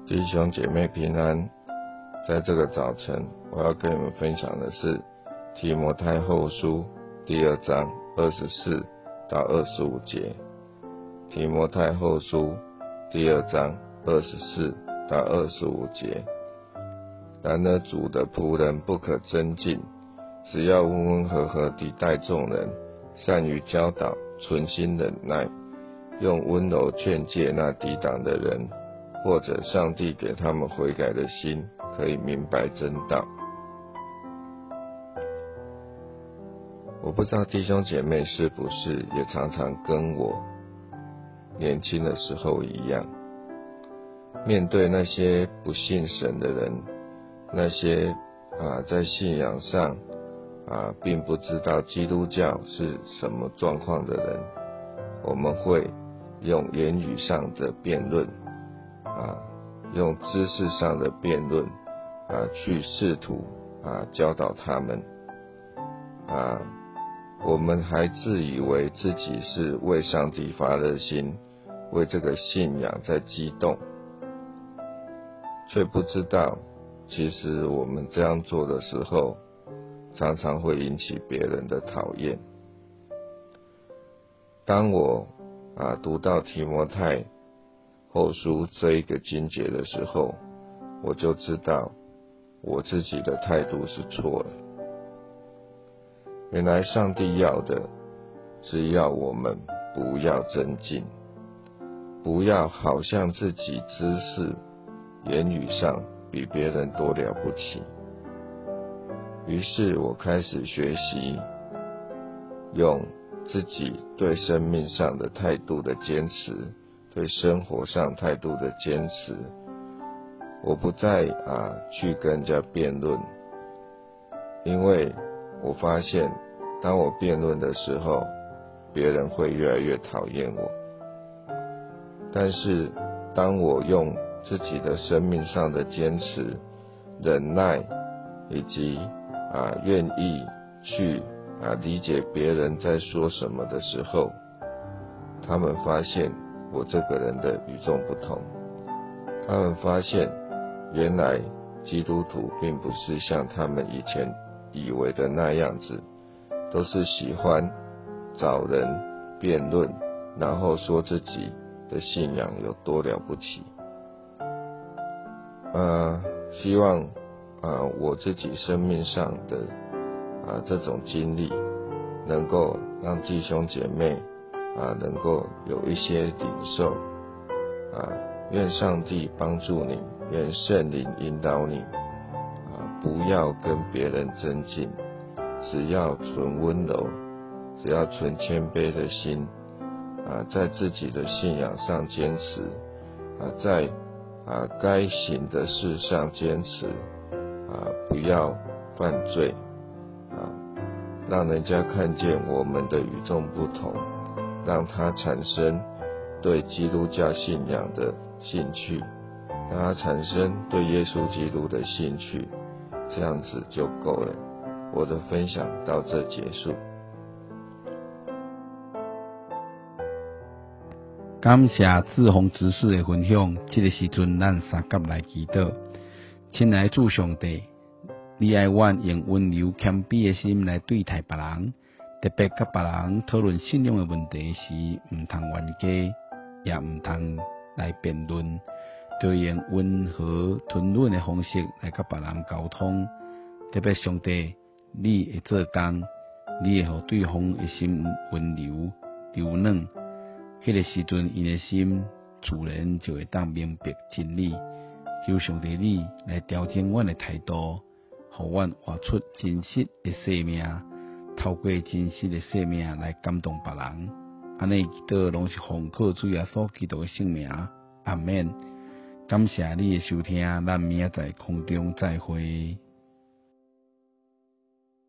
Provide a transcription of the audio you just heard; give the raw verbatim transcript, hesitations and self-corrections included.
弟兄姐妹平安，在这个早晨，我要跟你们分享的是提摩太后书第二章二十四到二十五节。提摩太后书第二章二十四到二十五节。然而主的仆人不可争竞，只要温温和和地待众人，善于教导，存心忍耐，用温柔劝诫那抵挡的人，或者上帝给他们悔改的心，可以明白真道。我不知道弟兄姐妹是不是也常常跟我年轻的时候一样，面对那些不信神的人，那些啊在信仰上啊并不知道基督教是什么状况的人，我们会用言语上的辩论啊，用知识上的辩论啊，去试图啊教导他们啊，我们还自以为自己是为上帝发热心，为这个信仰在激动，却不知道其实我们这样做的时候，常常会引起别人的讨厌。当我啊读到提摩太后书这一个经节的时候，我就知道我自己的态度是错了。原来上帝要的是要我们不要争竞，不要好像自己知识言语上比别人多了不起。于是我开始学习用自己对生命上的态度的坚持，对生活上态度的坚持，我不再啊去跟人家辩论，因为我发现当我辩论的时候，别人会越来越讨厌我。但是当我用自己的生命上的坚持、忍耐，以及啊愿意去啊理解别人在说什么的时候，他们发现我这个人的与众不同。他们发现原来基督徒并不是像他们以前以为的那样子，都是喜欢找人辩论，然后说自己的信仰有多了不起。呃，希望啊、呃、我自己生命上的啊、呃、这种经历，能够让弟兄姐妹啊、呃、能够有一些领受啊，愿上帝帮助你，愿圣灵引导你啊，不要跟别人争竞，只要存温柔，只要存谦卑的心啊，在自己的信仰上坚持啊，在啊该行的事上坚持啊，不要犯罪啊，让人家看见我们的与众不同，让他产生对基督教信仰的兴趣，让他产生对耶稣基督的兴趣，这样子就够了。我的分享到这结束。 感谢志宏执事的分享，这个时阵咱三甲来祈祷。亲爱的主上帝，你爱阮用温柔谦卑的心来对待别人，特别甲别人讨论信仰的问题时，唔通冤家，也唔通来辩论，就用温和吞忍的方式来甲别人沟通。特别上帝，你会做工，你会互对方的心温柔柔软。迄个时阵，因的心自然就会当明白真理。求上帝你来调整阮的态度，互阮活出真实的生命，透过真实的生命来感动别人。安尼祈祷拢是奉靠主耶稣基督的圣名，阿们。感谢你的收听，咱明仔载空中再会。